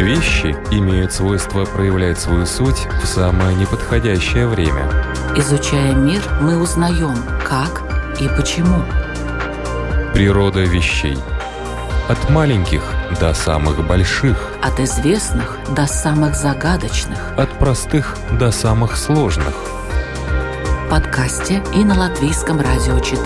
Вещи имеют свойство проявлять свою суть в самое неподходящее время. Изучая мир, мы узнаем, как и почему. Природа вещей. От маленьких до самых больших. От известных до самых загадочных. От простых до самых сложных. В подкасте и на Латвийском радио 4.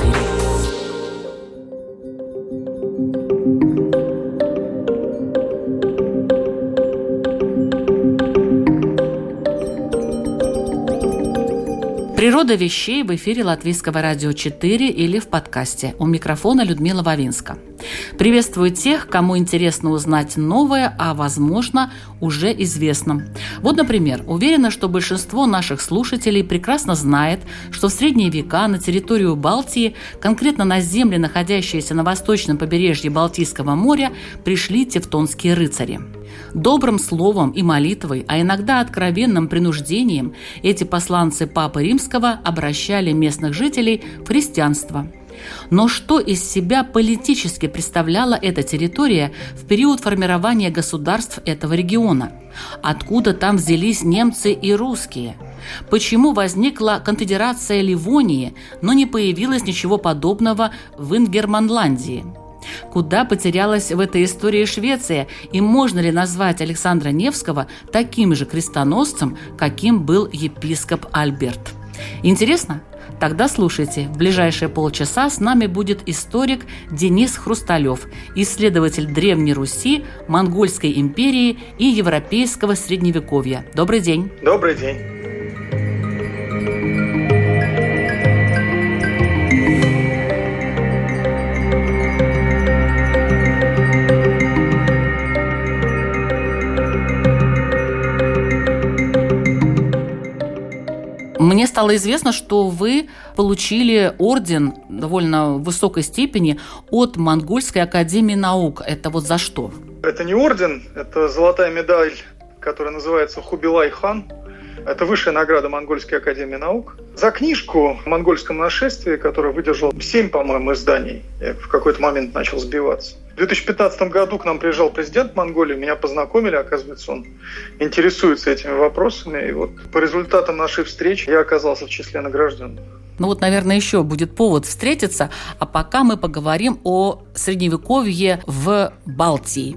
«Природа вещей» в эфире Латвийского радио 4 или в подкасте. У микрофона Людмила Вавинска. Приветствую тех, кому интересно узнать новое, а, возможно, уже известном. Вот, например, уверена, что большинство наших слушателей прекрасно знает, что в средние века на территорию Балтии, конкретно на земли, находящиеся на восточном побережье Балтийского моря, пришли тевтонские рыцари. Добрым словом и молитвой, а иногда откровенным принуждением эти посланцы Папы Римского обращали местных жителей в христианство. Но что из себя политически представляла эта территория в период формирования государств этого региона? Откуда там взялись немцы и русские? Почему возникла конфедерация Ливонии, но не появилось ничего подобного в Ингерманландии? Куда потерялась в этой истории Швеция, и можно ли назвать Александра Невского таким же крестоносцем, каким был епископ Альберт? Интересно? Тогда слушайте. В ближайшие полчаса с нами будет историк Денис Хрусталев, исследователь Древней Руси, Монгольской империи и европейского Средневековья. Добрый день. Добрый день. Мне стало известно, что вы получили орден довольно высокой степени от Монгольской академии наук. Это вот за что? Это не орден, это золотая медаль, которая называется Хубилай-хан. Это высшая награда Монгольской академии наук. За книжку о монгольском нашествии, которая выдержала 7, по-моему, изданий, я в какой-то момент начал сбиваться. В 2015 году к нам приезжал президент Монголии, меня познакомили, оказывается, он интересуется этими вопросами. И вот по результатам нашей встречи я оказался в числе награжденных. Ну вот, наверное, еще будет повод встретиться, а пока мы поговорим о Средневековье в Балтии.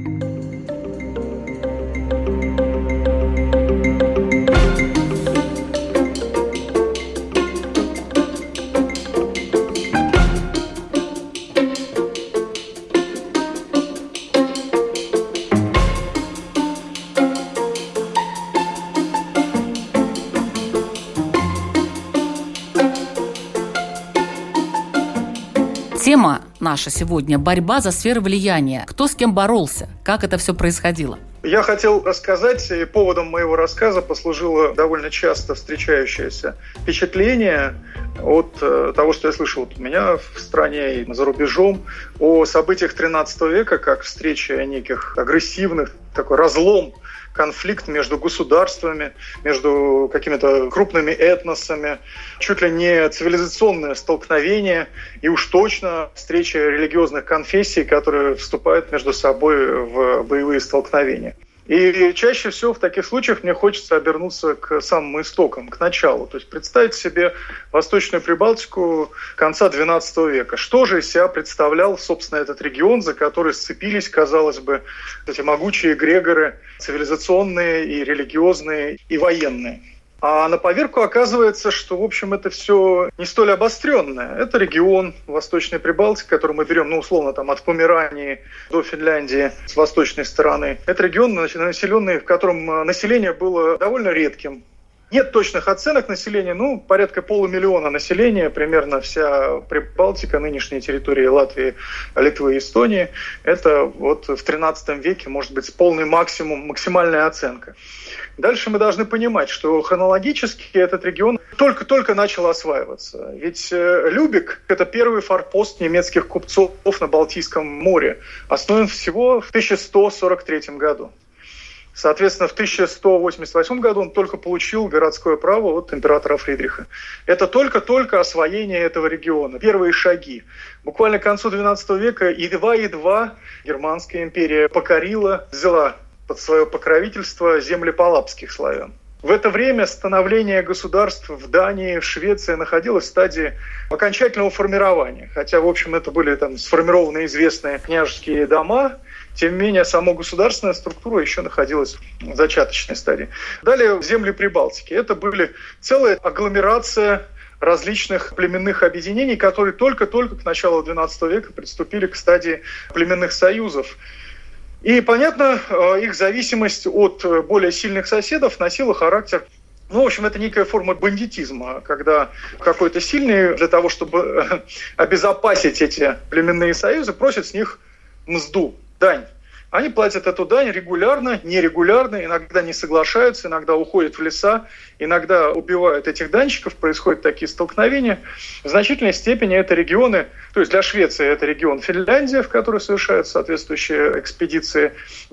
Тема наша сегодня – борьба за сферы влияния. Кто с кем боролся? Как это все происходило? Я хотел рассказать, и поводом моего рассказа послужило довольно часто встречающееся впечатление от того, что я слышал у меня в стране и за рубежом, о событиях XIII века, как встреча неких агрессивных, такой разлом, конфликт между государствами, между какими-то крупными этносами, чуть ли не цивилизационное столкновение и уж точно встреча религиозных конфессий, которые вступают между собой в боевые столкновения. И чаще всего в таких случаях мне хочется обернуться к самым истокам, к началу. То есть представить себе Восточную Прибалтику конца XII века. Что же из себя представлял, собственно, этот регион, за который сцепились, казалось бы, эти могучие эгрегоры, цивилизационные и религиозные, и военные. А на поверку оказывается, что, в общем, это все не столь обостренное. Это регион Восточной Прибалтики, который мы берем, условно, там, от Померании до Финляндии с восточной стороны. Это регион, населенный, в котором население было довольно редким. Нет точных оценок населения, порядка 500 000 населения, примерно вся Прибалтика, нынешние территории Латвии, Литвы и Эстонии. Это вот в 13 веке, может быть, полный максимум, максимальная оценка. Дальше мы должны понимать, что хронологически этот регион только-только начал осваиваться. Ведь Любек – это первый форпост немецких купцов на Балтийском море, основан всего в 1143 году. Соответственно, в 1188 году он только получил городское право от императора Фридриха. Это только-только освоение этого региона, первые шаги. Буквально к концу XII века едва-едва Германская империя взяла под свое покровительство земли палапских славян. В это время становление государств в Дании, в Швеции находилось в стадии окончательного формирования. Хотя, в общем, это были сформированы известные княжеские дома, тем не менее, сама государственная структура еще находилась в зачаточной стадии. Далее земли Прибалтики. Это были целая агломерация различных племенных объединений, которые только-только к началу XII века приступили к стадии племенных союзов. И, понятно, их зависимость от более сильных соседов носила характер, в общем, это некая форма бандитизма, когда какой-то сильный для того, чтобы обезопасить эти племенные союзы, просит с них мзду, дань. Они платят эту дань регулярно, нерегулярно, иногда не соглашаются, иногда уходят в леса, иногда убивают этих данщиков, происходят такие столкновения. В значительной степени это регионы, то есть для Швеции это регион Финляндия, в который совершаются соответствующие экспедиции,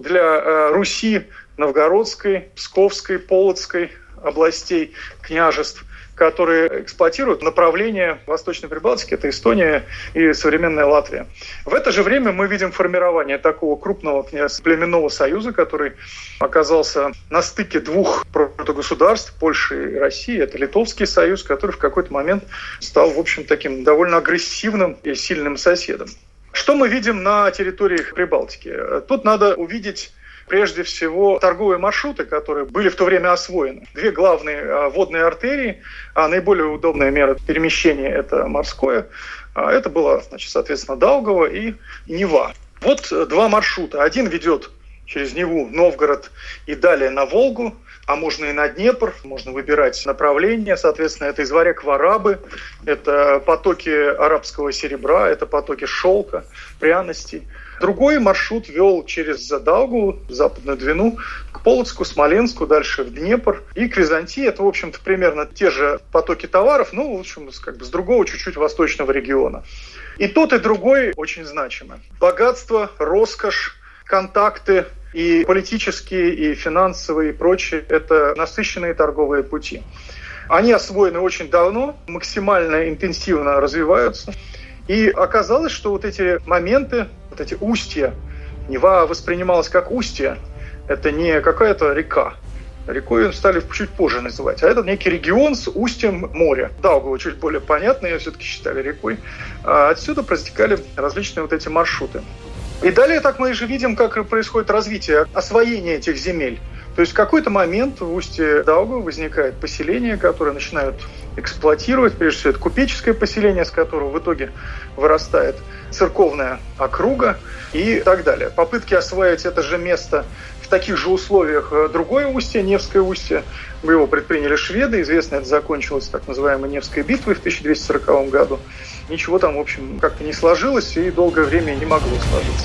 для Руси, Новгородской, Псковской, Полоцкой областей, княжеств, которые эксплуатируют направление Восточной Прибалтики, это Эстония и современная Латвия. В это же время мы видим формирование такого крупного племенного союза, который оказался на стыке двух протогосударств, Польши и России. Это Литовский союз, который в какой-то момент стал, в общем, таким довольно агрессивным и сильным соседом. Что мы видим на территории Прибалтики? Тут надо увидеть прежде всего торговые маршруты, которые были в то время освоены. Две главные водные артерии, наиболее удобная мера перемещения – это морское. Это было, соответственно, Даугава и Нева. Вот два маршрута. Один ведет через Неву, Новгород и далее на Волгу, а можно и на Днепр, можно выбирать направление. Соответственно, это из Варяг в Арабы, это потоки арабского серебра, это потоки шелка, пряностей. Другой маршрут вел через Даугаву, Западную Двину, к Полоцку, Смоленску, дальше в Днепр и к Византии. Это, в общем-то, примерно те же потоки товаров, в общем, с другого чуть-чуть восточного региона. И тот, и другой очень значимы. Богатство, роскошь, контакты и политические, и финансовые, и прочие – это насыщенные торговые пути. Они освоены очень давно, максимально интенсивно развиваются. И оказалось, что вот эти моменты, вот эти устья, Нева воспринималась как устье, это не какая-то река. Рекой стали чуть позже называть, а это некий регион с устьем моря. Даугава чуть более понятно, ее все-таки считали рекой. А отсюда протекали различные вот эти маршруты. И далее так мы же видим, как происходит развитие, освоение этих земель. То есть в какой-то момент в устье Даугавы возникает поселение, которое начинают эксплуатировать. Прежде всего, это купеческое поселение, с которого в итоге вырастает церковная округа и так далее. Попытки освоить это же место в таких же условиях другое устье, Невское устье, его предприняли шведы. Известно, это закончилось так называемой Невской битвой в 1240 году. Ничего там, в общем, как-то не сложилось и долгое время не могло сложиться.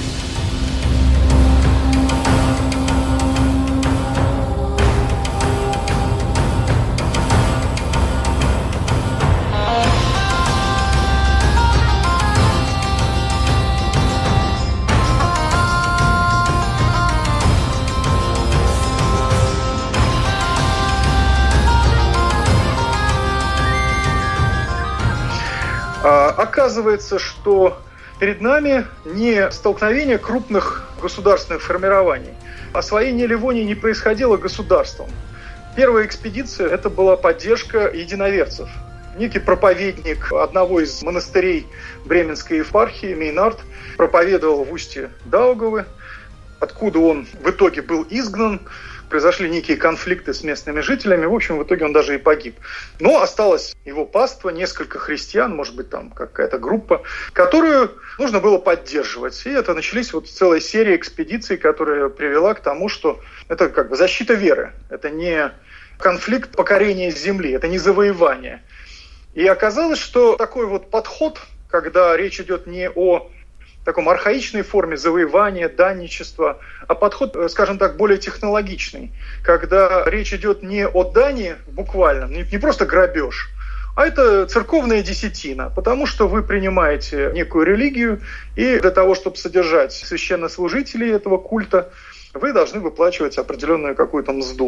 Оказывается, что перед нами не столкновение крупных государственных формирований. Освоение Ливонии не происходило государством. Первая экспедиция – это была поддержка единоверцев. Некий проповедник одного из монастырей Бременской епархии, Мейнард, проповедовал в устье Даугавы, откуда он в итоге был изгнан. Произошли некие конфликты с местными жителями. В общем, в итоге он даже и погиб. Но осталось его паства, несколько христиан, может быть, там какая-то группа, которую нужно было поддерживать. И это начались целая серия экспедиций, которая привела к тому, что это защита веры. Это не конфликт покорения земли, это не завоевание. И оказалось, что такой подход, когда речь идет не о таком архаичной форме завоевания, данничества, а подход, скажем так, более технологичный, когда речь идет не о дани буквально, не просто грабеж, а это церковная десятина, потому что вы принимаете некую религию, и для того, чтобы содержать священнослужителей этого культа, вы должны выплачивать определенную какую-то мзду.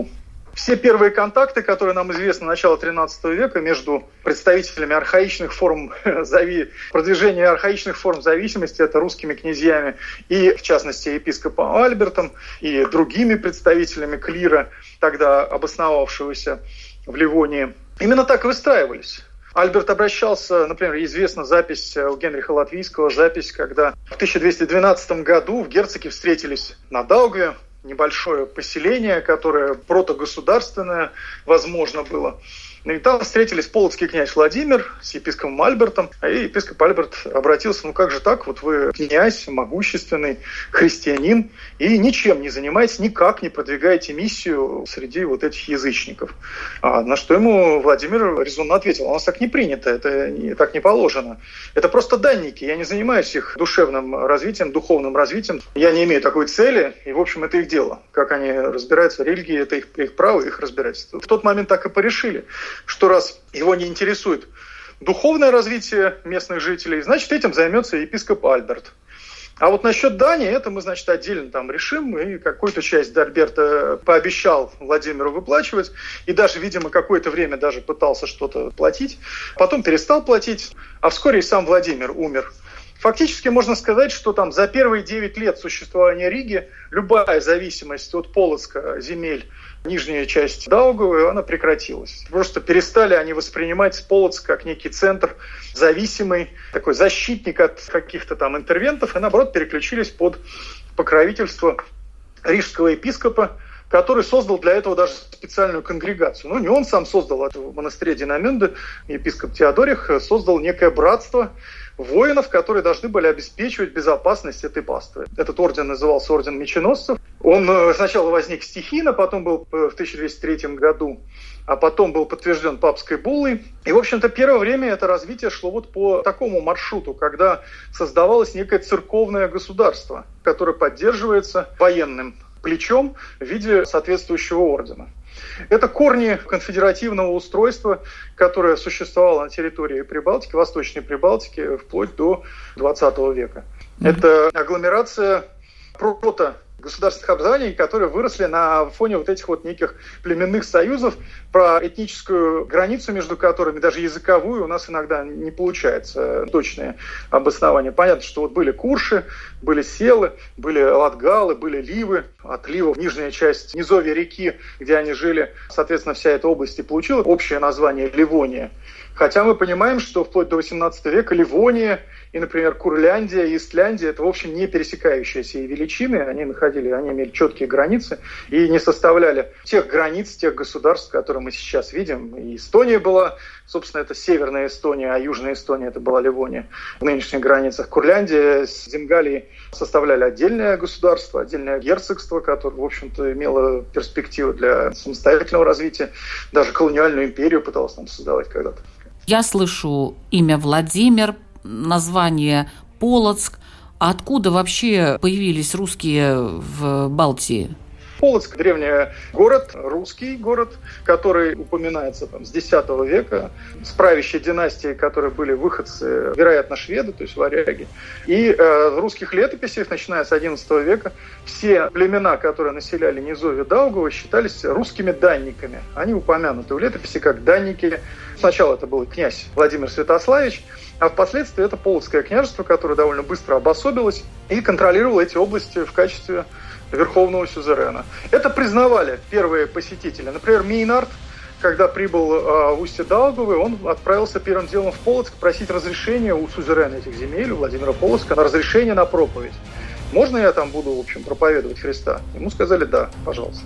Все первые контакты, которые нам известны начала XIII века между представителями архаичных форм продвижения архаичных форм зависимости, это русскими князьями и, в частности, епископом Альбертом и другими представителями клира, тогда обосновавшегося в Ливонии, именно так выстраивались. Альберт обращался, например, известна запись у Генриха Латвийского, запись, когда в 1212 году в Герцеге встретились на Даугаве, небольшое поселение, которое протогосударственное, возможно, было. И там встретились полоцкий князь Владимир с епископом Альбертом. И епископ Альберт обратился: как же так, вот вы князь, могущественный христианин, и ничем не занимаетесь, никак не продвигаете миссию среди вот этих язычников. На что ему Владимир резонно ответил: у нас так не принято, это так не положено. Это просто данники, я не занимаюсь их душевным развитием, духовным развитием. Я не имею такой цели, и, в общем, это их дело. Как они разбираются в религии, это их право, их разбирательство. В тот момент так и порешили, что раз его не интересует духовное развитие местных жителей, значит, этим займется епископ Альберт. А вот насчет дани, это мы, значит, отдельно там решим, и какую-то часть Альберта пообещал Владимиру выплачивать, и даже, видимо, какое-то время даже пытался что-то платить, потом перестал платить, а вскоре и сам Владимир умер. Фактически можно сказать, что там за первые 9 лет существования Риги любая зависимость от Полоцка земель, нижняя часть Даугавы, она прекратилась. Просто перестали они воспринимать Полоцк как некий центр зависимый, такой защитник от каких-то там интервентов, и наоборот переключились под покровительство рижского епископа, который создал для этого даже специальную конгрегацию. Ну, не он сам создал, это в монастыре Динамюнде епископ Теодорих создал некое братство воинов, которые должны были обеспечивать безопасность этой паствы. Этот орден назывался Орден Меченосцев. Он сначала возник стихийно, потом был в 1203 году, а потом был подтвержден папской буллой. И, в общем-то, первое время это развитие шло вот по такому маршруту, когда создавалось некое церковное государство, которое поддерживается военным плечом в виде соответствующего ордена. Это корни конфедеративного устройства, которое существовало на территории Прибалтики, Восточной Прибалтики, вплоть до XX века. Это агломерация государственных образований, которые выросли на фоне вот этих вот неких племенных союзов. Про этническую границу между которыми, даже языковую, у нас иногда не получается точное обоснование. Понятно, что вот были курши, были селы, были латгалы, были ливы. От ливов нижняя часть низовья реки, где они жили, соответственно, вся эта область и получила общее название Ливония. Хотя мы понимаем, что вплоть до XVIII века Ливония и, например, Курляндия и Истляндия – это, в общем, не пересекающиеся величины. Они имели четкие границы и не составляли тех границ, тех государств, которые мы сейчас видим. И Эстония была, собственно, это Северная Эстония, а Южная Эстония – это была Ливония в нынешних границах. Курляндия с Земгалией составляли отдельное государство, отдельное герцогство, которое, в общем-то, имело перспективы для самостоятельного развития. Даже колониальную империю пыталось там создавать когда-то. Я слышу имя Владимир, название Полоцк. А откуда вообще появились русские в Балтии? Полоцк – древний город, русский город, который упоминается там, с X века, с правящей династией, которые были выходцы, вероятно, шведы, то есть варяги. И в русских летописях, начиная с XI века, все племена, которые населяли низовье Даугавы, считались русскими данниками. Они упомянуты в летописи как данники. Сначала это был князь Владимир Святославич, а впоследствии это Полоцкое княжество, которое довольно быстро обособилось и контролировало эти области в качестве верховного сюзерена. Это признавали первые посетители. Например, Мейнард, когда прибыл в устье Даугавы, он отправился первым делом в Полоцк просить разрешения у сюзерена этих земель, у Владимира Полоцка, на разрешение на проповедь. Можно я там буду, в общем, проповедовать Христа? Ему сказали: да, пожалуйста.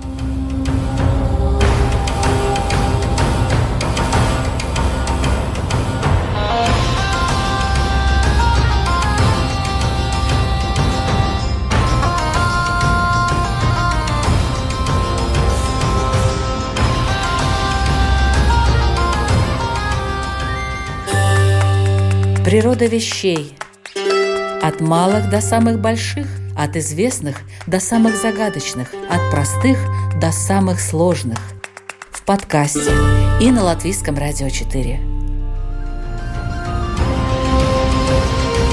Природа вещей. От малых до самых больших, от известных до самых загадочных, от простых до самых сложных. В подкасте и на Латвийском радио 4.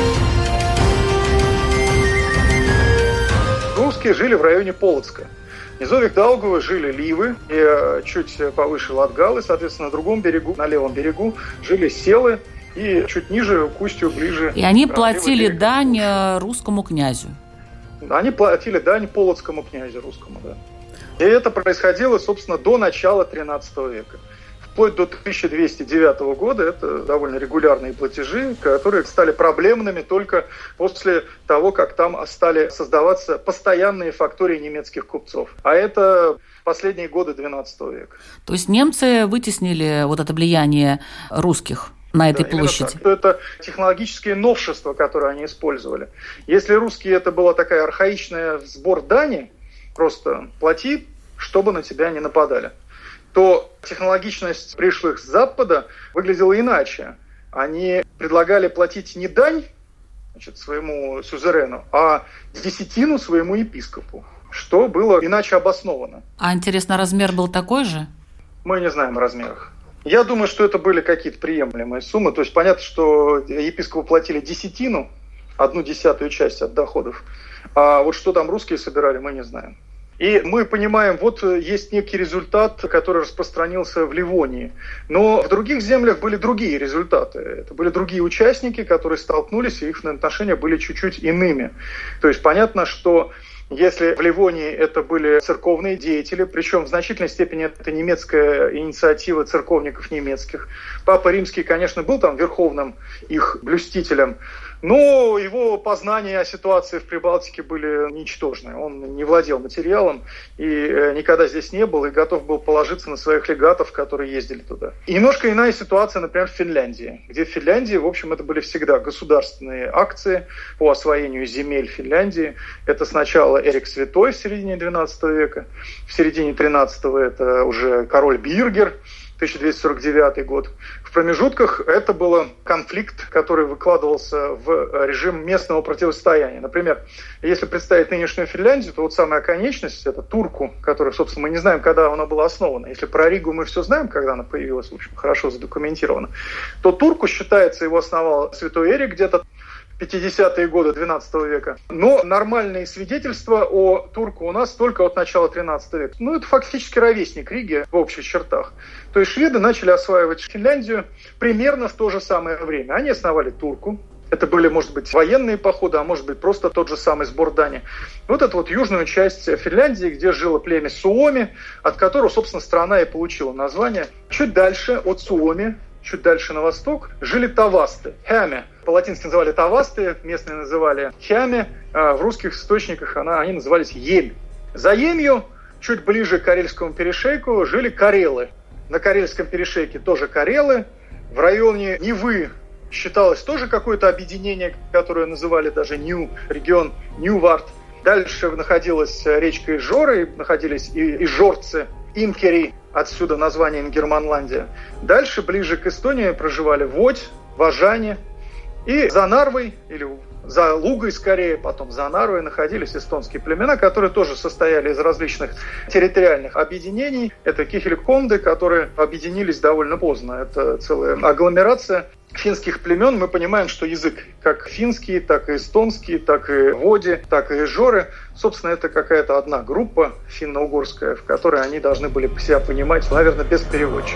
Русские жили в районе Полоцка. В низовьях Даугавы жили ливы, и чуть повыше Латгалы, соответственно, на другом берегу, на левом берегу, жили селы, и чуть ниже, к устью, ближе. И они платили дань русскому князю. Они платили дань полоцкому князю русскому, да. И это происходило, собственно, до начала XIII века. Вплоть до 1209 года это довольно регулярные платежи, которые стали проблемными только после того, как там стали создаваться постоянные фактории немецких купцов. А это последние годы XII века. То есть немцы вытеснили вот это влияние русских на этой площади? Это технологические новшества, которые они использовали. Если русские это была такая архаичная сбор дани, просто плати, чтобы на тебя не нападали, то технологичность пришлых с Запада выглядела иначе. Они предлагали платить не дань, значит, своему сюзерену, а десятину своему епископу, что было иначе обосновано. А интересно, размер был такой же? Мы не знаем о размерах. Я думаю, что это были какие-то приемлемые суммы. То есть понятно, что епископу платили десятину, 1/10 часть от доходов. А вот что там русские собирали, мы не знаем. И мы понимаем, вот есть некий результат, который распространился в Ливонии. Но в других землях были другие результаты. Это были другие участники, которые столкнулись, и их отношения были чуть-чуть иными. То есть понятно, что если в Ливонии это были церковные деятели, причем в значительной степени это немецкая инициатива церковников немецких. Папа Римский, конечно, был там верховным их блюстителем, но его познания о ситуации в Прибалтике были ничтожны. Он не владел материалом и никогда здесь не был, и готов был положиться на своих легатов, которые ездили туда. И немножко иная ситуация, например, в Финляндии, где в Финляндии, в общем, это были всегда государственные акции по освоению земель Финляндии. Это сначала Эрик Святой в середине XII века, в середине XIII это уже король Биргер, 1249 год. В промежутках это был конфликт, который выкладывался в режим местного противостояния. Например, если представить нынешнюю Финляндию, то вот самая конечность, это Турку, которая, собственно, мы не знаем, когда она была основана. Если про Ригу мы все знаем, когда она появилась, в общем, хорошо задокументировано, то Турку, считается, его основал святой Эрик где-то 50-е годы XII века. Но нормальные свидетельства о Турку у нас только от начала XIII века. Ну, это фактически ровесник Риги в общих чертах. То есть шведы начали осваивать Финляндию примерно в то же самое время. Они основали Турку. Это были, может быть, военные походы, а может быть, просто тот же самый сбор дани. Вот эту вот южную часть Финляндии, где жило племя Суоми, от которого, собственно, страна и получила название. Чуть дальше от Суоми, чуть дальше на восток, жили тавасты, хяме. По-латински называли тавасты, местные называли хяме, в русских источниках они назывались емь. За емью, чуть ближе к Карельскому перешейку, жили карелы. На Карельском перешейке тоже карелы. В районе Невы считалось тоже какое-то объединение, которое называли даже регион Ньювард. Дальше находилась речка Ижора, находились и ижорцы, инкери, отсюда название Ингерманландия. Дальше, ближе к Эстонии, проживали Водь, Важане. И за Нарвой, или за Лугой скорее, потом за Нарвой находились эстонские племена, которые тоже состояли из различных территориальных объединений. Это кихельконды, которые объединились довольно поздно. Это целая агломерация финских племен. Мы понимаем, что язык как финский, так и эстонский, так и води, так и ижоры. Собственно, это какая-то одна группа финно-угорская, в которой они должны были себя понимать, наверное, без переводчика.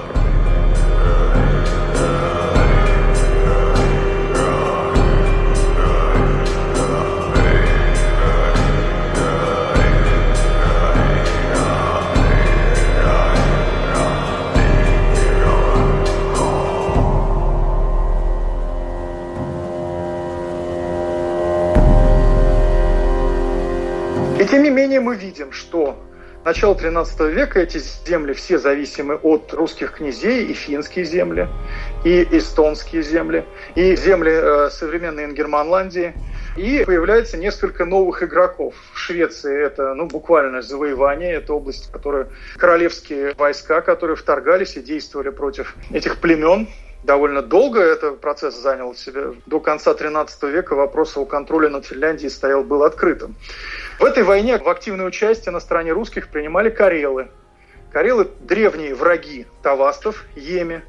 Тем не менее, мы видим, что начало XIII века эти земли все зависимы от русских князей, и финские земли, и эстонские земли, и земли современной Ингерманландии. И появляется несколько новых игроков. В Швеции это буквально завоевание, это область, королевские войска, которые вторгались и действовали против этих племен. Довольно долго этот процесс занял себе. До конца XIII века вопрос о контроле над Финляндией был открытым. В этой войне в активное участие на стороне русских принимали карелы. Карелы – древние враги тавастов, еми.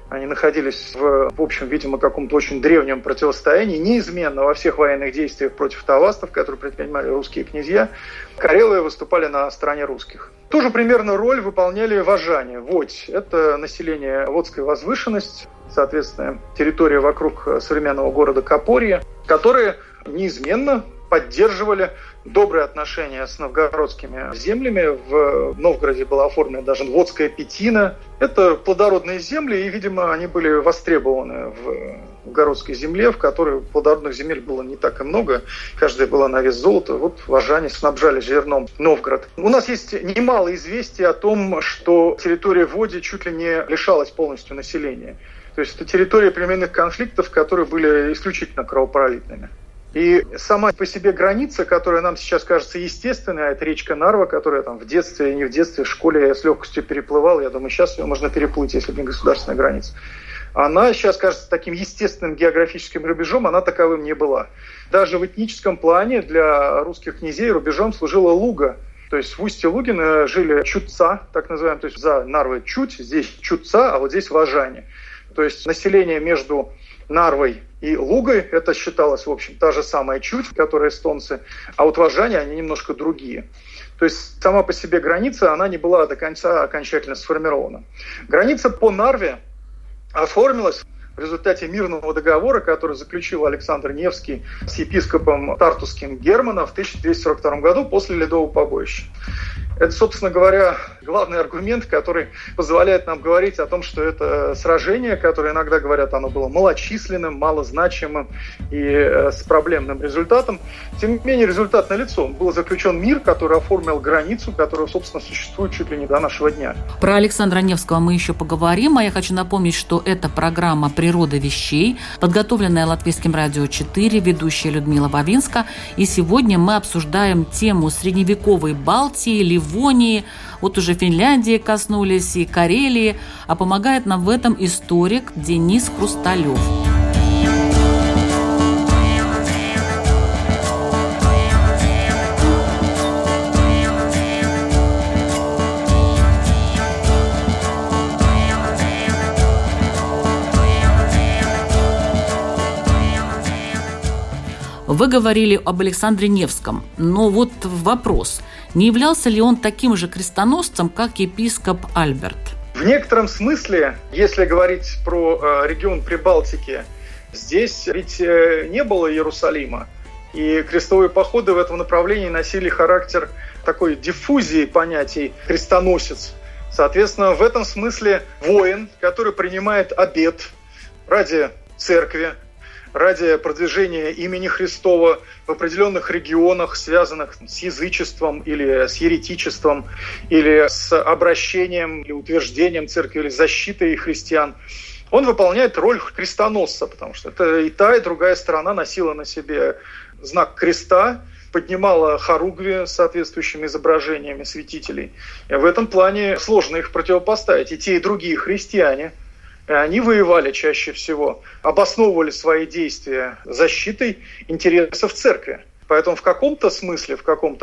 Они находились в общем, видимо, каком-то очень древнем противостоянии. Неизменно во всех военных действиях против тавастов, которые предпринимали русские князья, карелы выступали на стороне русских. Ту же примерно роль выполняли вожане. Водь – это население Водская возвышенность, соответственно, территория вокруг современного города Копорье, которые неизменно поддерживали добрые отношения с новгородскими землями. В Новгороде была оформлена даже Водская Пятина. Это плодородные земли, и, видимо, они были востребованы в новгородской земле, в которой плодородных земель было не так и много. Каждая была на вес золота. Вот вожане снабжали зерном Новгород. У нас есть немало известий о том, что территория Води чуть ли не лишалась полностью населения. То есть это территория племенных конфликтов, которые были исключительно кровопролитными. И сама по себе граница, которая нам сейчас кажется естественной, а это речка Нарва, которая там в детстве, не в детстве, в школе я с легкостью переплывал, я думаю, сейчас ее можно переплыть, если бы не государственная граница. Она сейчас кажется таким естественным географическим рубежом, она таковым не была. Даже в этническом плане для русских князей рубежом служила Луга. То есть в устье Лугина жили чудца, так называемые, то есть за Нарвой чуть, здесь чудца, а вот здесь вожане. То есть население между Нарвой и Лугой, это считалось, в общем, та же самая чуть, которая эстонцы, а вот вожане, они немножко другие. То есть сама по себе граница, она не была до конца окончательно сформирована. Граница по Нарве оформилась в результате мирного договора, который заключил Александр Невский с епископом Тартусским Германа в 1242 году после Ледового побоища. Это, собственно говоря, главный аргумент, который позволяет нам говорить о том, что это сражение, которое иногда говорят, оно было малочисленным, малозначимым и с проблемным результатом. Тем не менее, результат налицо. Был заключен мир, который оформил границу, которая, собственно, существует чуть ли не до нашего дня. Про Александра Невского мы еще поговорим, а я хочу напомнить, что это программа «Природа вещей», подготовленная Латвийским радио 4, ведущая Людмила Вавинска. И сегодня мы обсуждаем тему средневековой Балтии, Ливонии, вот уже Финляндии коснулись и Карелии, а помогает нам в этом историк Денис Хрусталев. Вы говорили об Александре Невском, но вот вопрос, не являлся ли он таким же крестоносцем, как епископ Альберт? В некотором смысле, если говорить про регион Прибалтики, здесь ведь не было Иерусалима, и крестовые походы в этом направлении носили характер такой диффузии понятий «крестоносец». Соответственно, в этом смысле воин, который принимает обет ради церкви, ради продвижения имени Христова в определенных регионах, связанных с язычеством или с еретичеством, или с обращением, или утверждением церкви, или защитой христиан, он выполняет роль крестоносца, потому что это и та, и другая сторона носила на себе знак креста, поднимала хоругви с соответствующими изображениями святителей. И в этом плане сложно их противопоставить. И те, и другие христиане, они воевали чаще всего, обосновывали свои действия защитой интересов церкви. Поэтому в каком-то смысле,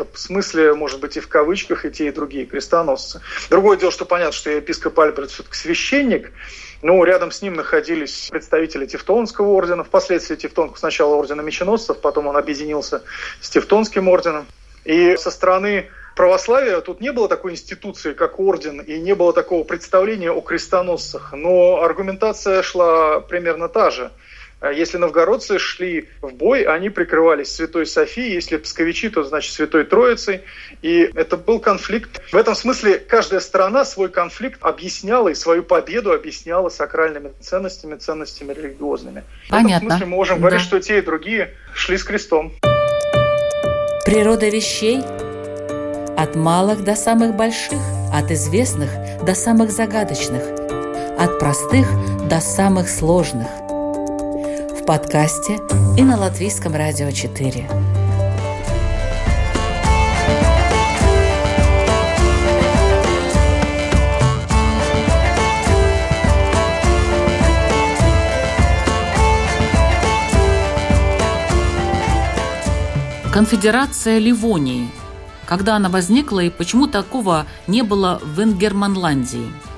может быть, и в кавычках, и те, и другие крестоносцы. Другое дело, что понятно, что епископ Альберт все-таки священник, но рядом с ним находились представители Тевтонского ордена, впоследствии Тевтонского, сначала ордена меченосцев, потом он объединился с Тевтонским орденом. И со стороны православия тут не было такой институции, как орден, и не было такого представления о крестоносцах. Но аргументация шла примерно та же. Если новгородцы шли в бой, они прикрывались Святой Софией, если псковичи, то значит Святой Троицей. И это был конфликт. В этом смысле каждая сторона свой конфликт объясняла и свою победу объясняла сакральными ценностями, ценностями религиозными. Понятно. В этом смысле мы можем говорить, что те и другие шли с крестом. Природа вещей. От малых до самых больших, от известных до самых загадочных, от простых до самых сложных. В подкасте и на Латвийском радио 4. Конфедерация Ливонии. Когда она возникла и почему такого не было в Ингерманландии?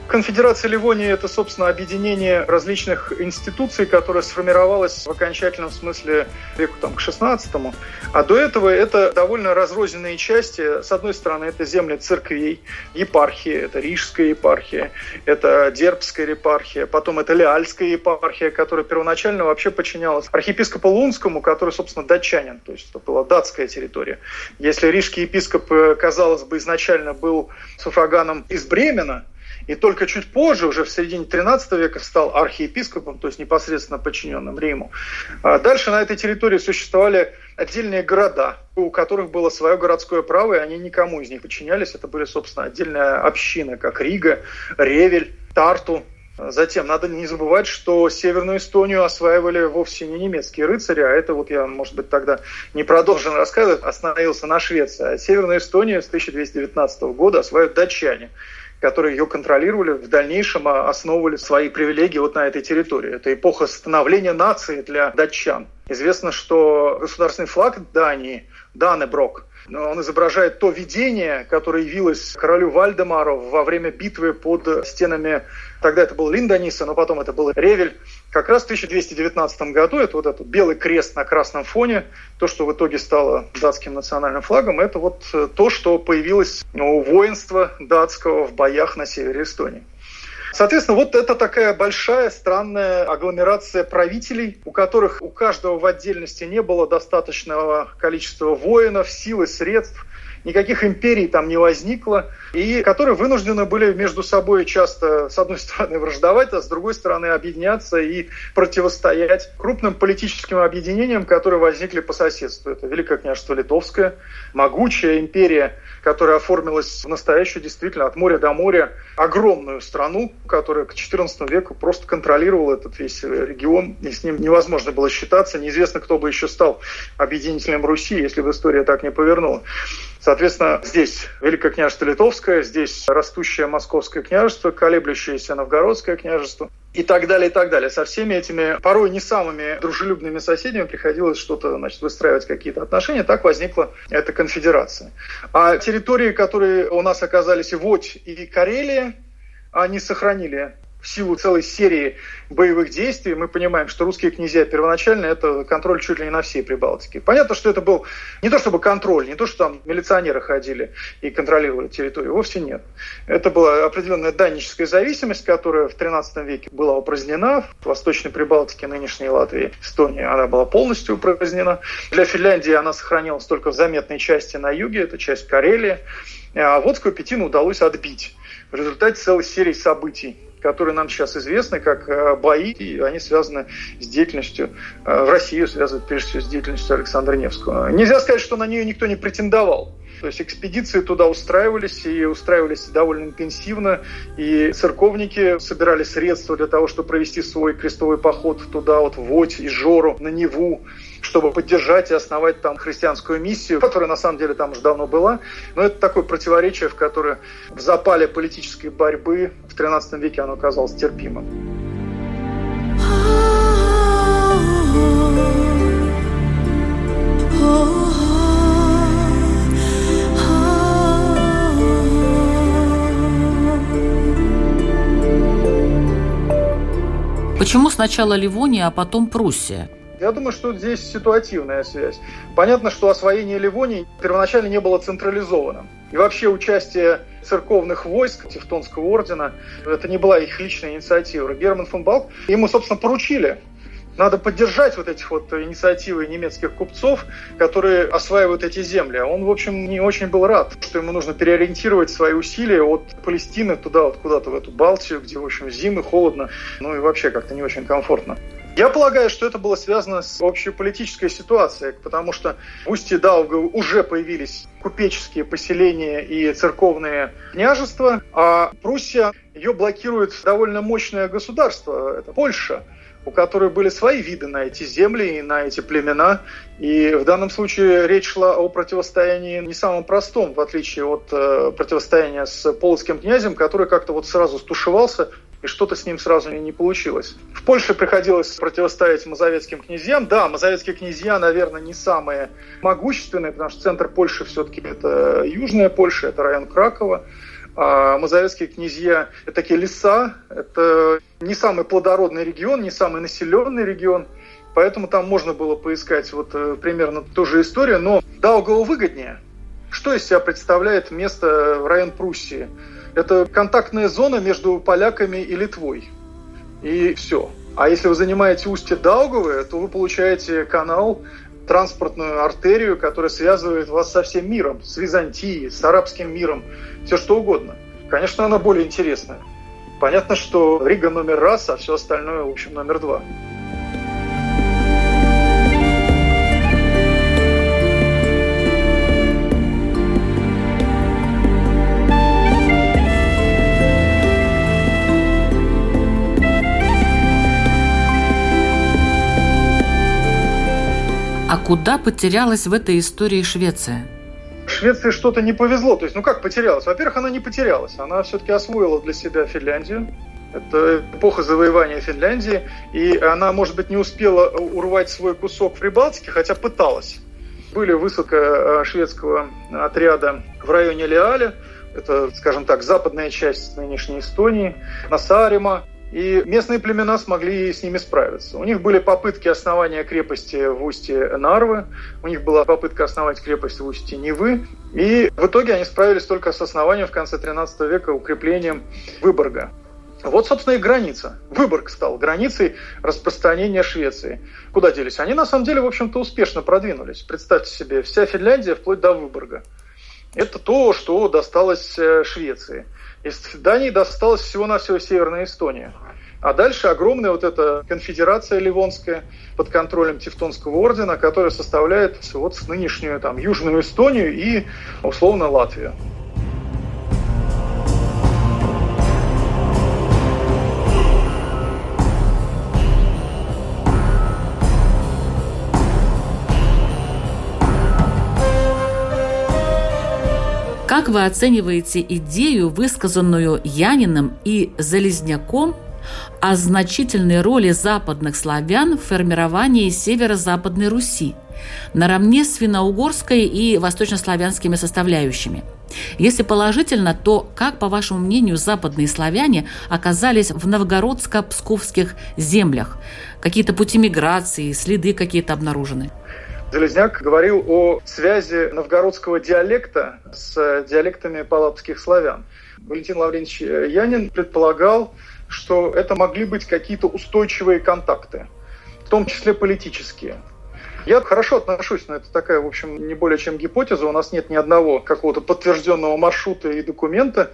Конфедерация Ливонии – это, собственно, объединение различных институций, которое сформировалось в окончательном смысле веку к XVI. А до этого это довольно разрозненные части. С одной стороны, это земли церквей, епархии, это Рижская епархия, это Дербская епархия, потом это Леальская епархия, которая первоначально вообще подчинялась архиепископу Лунскому, который, собственно, датчанин, то есть это была датская территория. Если рижский епископ, казалось бы, изначально был суфраганом из Бремена, и только чуть позже, уже в середине XIII века, стал архиепископом, то есть непосредственно подчиненным Риму. А дальше на этой территории существовали отдельные города, у которых было свое городское право, и они никому из них подчинялись. Это были, собственно, отдельная община, как Рига, Ревель, Тарту. Затем надо не забывать, что Северную Эстонию осваивали вовсе не немецкие рыцари, а это вот я, может быть, тогда не продолжил рассказывать, остановился на Швеции. А Северную Эстонию с 1219 года осваивают датчане, которые ее контролировали, в дальнейшем основывали свои привилегии вот на этой территории. Это эпоха становления нации для датчан. Известно, что государственный флаг Дании, Даннеброк, он изображает то видение, которое явилось королю Вальдемару во время битвы под стенами, тогда это был Линданиса, но потом это был Ревель. Как раз в 1219 году это вот этот белый крест на красном фоне, то, что в итоге стало датским национальным флагом, это вот то, что появилось у воинства датского в боях на севере Эстонии. Соответственно, вот это такая большая, странная агломерация правителей, у которых у каждого в отдельности не было достаточного количества воинов, сил и средств, никаких империй там не возникло, и которые вынуждены были между собой часто, с одной стороны, враждовать, а с другой стороны, объединяться и противостоять крупным политическим объединениям, которые возникли по соседству. Это Великое княжество Литовское, могучая империя, которая оформилась в настоящую, действительно, от моря до моря, огромную страну, которая к XIV веку просто контролировала этот весь регион, и с ним невозможно было считаться. Неизвестно, кто бы еще стал объединителем Руси, если бы история так не повернула. Соответственно, здесь Великое княжество Литовское, здесь растущее Московское княжество, колеблющееся Новгородское княжество и так далее, и так далее. Со всеми этими, порой не самыми дружелюбными соседями приходилось что-то, выстраивать какие-то отношения. Так возникла эта конфедерация. А территории, которые у нас оказались Водь и Карелия, они сохранили в силу целой серии боевых действий. Мы понимаем, что русские князья первоначально это контроль чуть ли не на всей Прибалтике. Понятно, что это был не то чтобы контроль, не то, что там милиционеры ходили и контролировали территорию. Вовсе нет. Это была определенная данническая зависимость, которая в XIII веке была упразднена. В Восточной Прибалтике, нынешней Латвии, Эстонии, она была полностью упразднена. Для Финляндии она сохранилась только в заметной части на юге, это часть Карелии. А Водскую Пятину удалось отбить в результате целой серии событий, которые нам сейчас известны как бои, и они связаны с деятельностью, в Россию связывают прежде всего с деятельностью Александра Невского. Нельзя сказать, что на нее никто не претендовал. То есть экспедиции туда устраивались, и устраивались довольно интенсивно, и церковники собирали средства для того, чтобы провести свой крестовый поход туда, вот в Водь и Жору, на Неву, чтобы поддержать и основать там христианскую миссию, которая на самом деле там уже давно была. Но это такое противоречие, в которое в запале политической борьбы в XIII веке оно оказалось терпимым. Почему сначала Ливония, а потом Пруссия? Я думаю, что здесь ситуативная связь. Понятно, что освоение Ливонии первоначально не было централизованным. И вообще участие церковных войск Тевтонского ордена, это не была их личная инициатива. Герман фон Балк, ему, собственно, поручили. Надо поддержать вот эти вот инициативы немецких купцов, которые осваивают эти земли. Он, в общем, не очень был рад, что ему нужно переориентировать свои усилия от Палестины туда, вот куда-то в эту Балтию, где, в общем, зимы, холодно, ну и вообще как-то не очень комфортно. Я полагаю, что это было связано с общей политической ситуацией, потому что в устье Даугавы уже появились купеческие поселения и церковные княжества, а Пруссия, ее блокирует довольно мощное государство, это Польша, у которой были свои виды на эти земли и на эти племена. И в данном случае речь шла о противостоянии не самом простом, в отличие от противостояния с полоцким князем, который как-то вот сразу стушевался, и что-то с ним сразу не получилось. В Польше приходилось противостоять мазовецким князьям. Да, мазовецкие князья, наверное, не самые могущественные, потому что центр Польши все-таки это Южная Польша, это район Кракова. А мазовецкие князья – это такие леса, это не самый плодородный регион, не самый населенный регион, поэтому там можно было поискать вот примерно ту же историю, но Даугаву выгоднее. Что из себя представляет место в район Пруссии? Это контактная зона между поляками и Литвой. И все. А если вы занимаете устье Даугавы, то вы получаете канал, транспортную артерию, которая связывает вас со всем миром, с Византией, с арабским миром, все что угодно. Конечно, она более интересная. Понятно, что Рига номер раз, а все остальное, в общем, номер два. А куда потерялась в этой истории Швеция? Швеции что-то не повезло. То есть, как потерялась? Во-первых, она не потерялась. Она все-таки освоила для себя Финляндию. Это эпоха завоевания Финляндии. И она, может быть, не успела урвать свой кусок в Прибалтике, хотя пыталась. Были высадка шведского отряда в районе Леаля. Это, скажем так, западная часть нынешней Эстонии. На Сааремаа. И местные племена смогли с ними справиться. У них были попытки основания крепости в устье Нарвы, у них была попытка основать крепость в устье Невы, и в итоге они справились только с основанием в конце XIII века укреплением Выборга. Вот, собственно, и граница. Выборг стал границей распространения Швеции. Куда делись? Они, на самом деле, в общем-то, успешно продвинулись. Представьте себе, вся Финляндия вплоть до Выборга. Это то, что досталось Швеции. Из Дании досталась всего-навсего Северная Эстония. А дальше огромная вот эта конфедерация ливонская под контролем Тевтонского ордена, которая составляет вот нынешнюю Южную Эстонию и, условно, Латвию. Как вы оцениваете идею, высказанную Яниным и Залезняком, о значительной роли западных славян в формировании северо-западной Руси, наравне с финно-угорской и восточнославянскими составляющими? Если положительно, то как, по вашему мнению, западные славяне оказались в новгородско-псковских землях? Какие-то пути миграции, следы какие-то обнаружены? Залезняк говорил о связи новгородского диалекта с диалектами палапских славян. Валентин Лаврентьевич Янин предполагал, что это могли быть какие-то устойчивые контакты, в том числе политические. Я хорошо отношусь, но это такая, в общем, не более чем гипотеза. У нас нет ни одного какого-то подтвержденного маршрута и документа,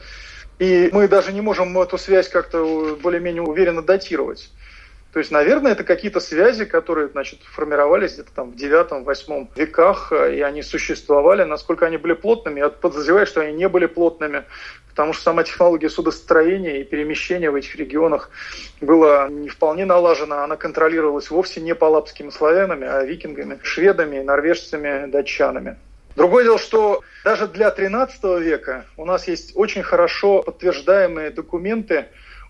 и мы даже не можем эту связь как-то более-менее уверенно датировать. То есть, наверное, это какие-то связи, которые, формировались где-то в IX-VIII веках, и они существовали. Насколько они были плотными, я подозреваю, что они не были плотными, потому что сама технология судостроения и перемещения в этих регионах была не вполне налажена. Она контролировалась вовсе не палапскими славянами, а викингами, шведами, норвежцами, датчанами. Другое дело, что даже для XIII века у нас есть очень хорошо подтверждаемые документы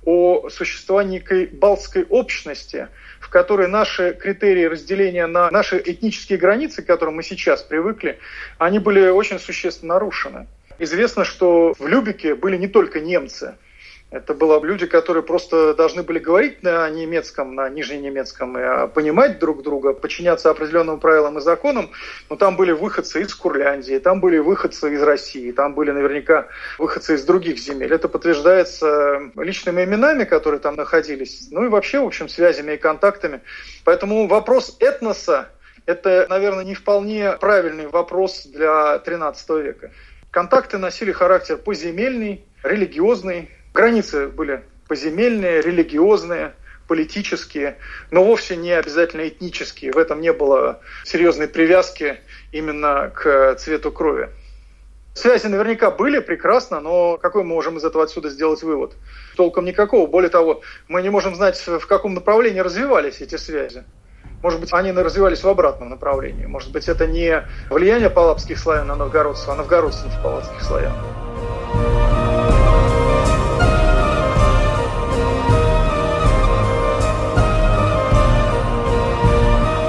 о существовании некой балтской общности, в которой наши критерии разделения на наши этнические границы, к которым мы сейчас привыкли, они были очень существенно нарушены. Известно, что в Любеке были не только немцы. Это были люди, которые просто должны были говорить на немецком, на нижненемецком, и понимать друг друга, подчиняться определенным правилам и законам. Но там были выходцы из Курляндии, там были выходцы из России, там были наверняка выходцы из других земель. Это подтверждается личными именами, которые там находились, ну и вообще, в общем, связями и контактами. Поэтому вопрос этноса – это, наверное, не вполне правильный вопрос для XIII века. Контакты носили характер поземельный, религиозный. Границы были поземельные, религиозные, политические, но вовсе не обязательно этнические. В этом не было серьезной привязки именно к цвету крови. Связи наверняка были, прекрасно, но какой мы можем из этого отсюда сделать вывод? Толком никакого. Более того, мы не можем знать, в каком направлении развивались эти связи. Может быть, они развивались в обратном направлении. Может быть, это не влияние палапских славян на новгородцев, а новгородцев на палапских славян.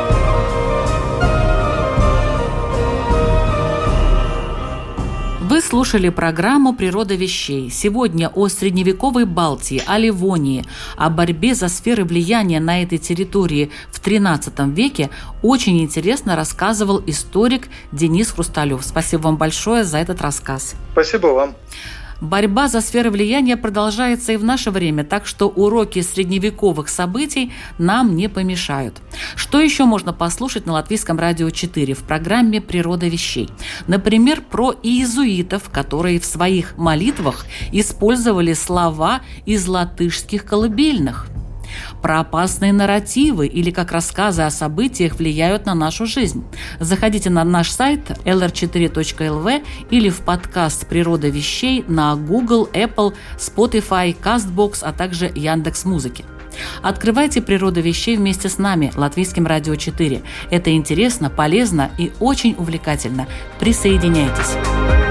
Вы слушали программу «Природа вещей». Сегодня о средневековой Балтии, о Ливонии, о борьбе за сферы влияния на этой территории в XIII веке очень интересно рассказывал историк Денис Хрусталев. Спасибо вам большое за этот рассказ. Спасибо вам. Борьба за сферы влияния продолжается и в наше время, так что уроки средневековых событий нам не помешают. Что еще можно послушать на Латвийском радио 4 в программе «Природа вещей»? Например, про иезуитов, которые в своих молитвах использовали слова из латышских колыбельных. Про опасные нарративы или как рассказы о событиях влияют на нашу жизнь. Заходите на наш сайт lr4.lv или в подкаст «Природа вещей» на Google, Apple, Spotify, CastBox, а также Яндекс.Музыки. Открывайте «Природа вещей» вместе с нами, Латвийским радио 4. Это интересно, полезно и очень увлекательно. Присоединяйтесь.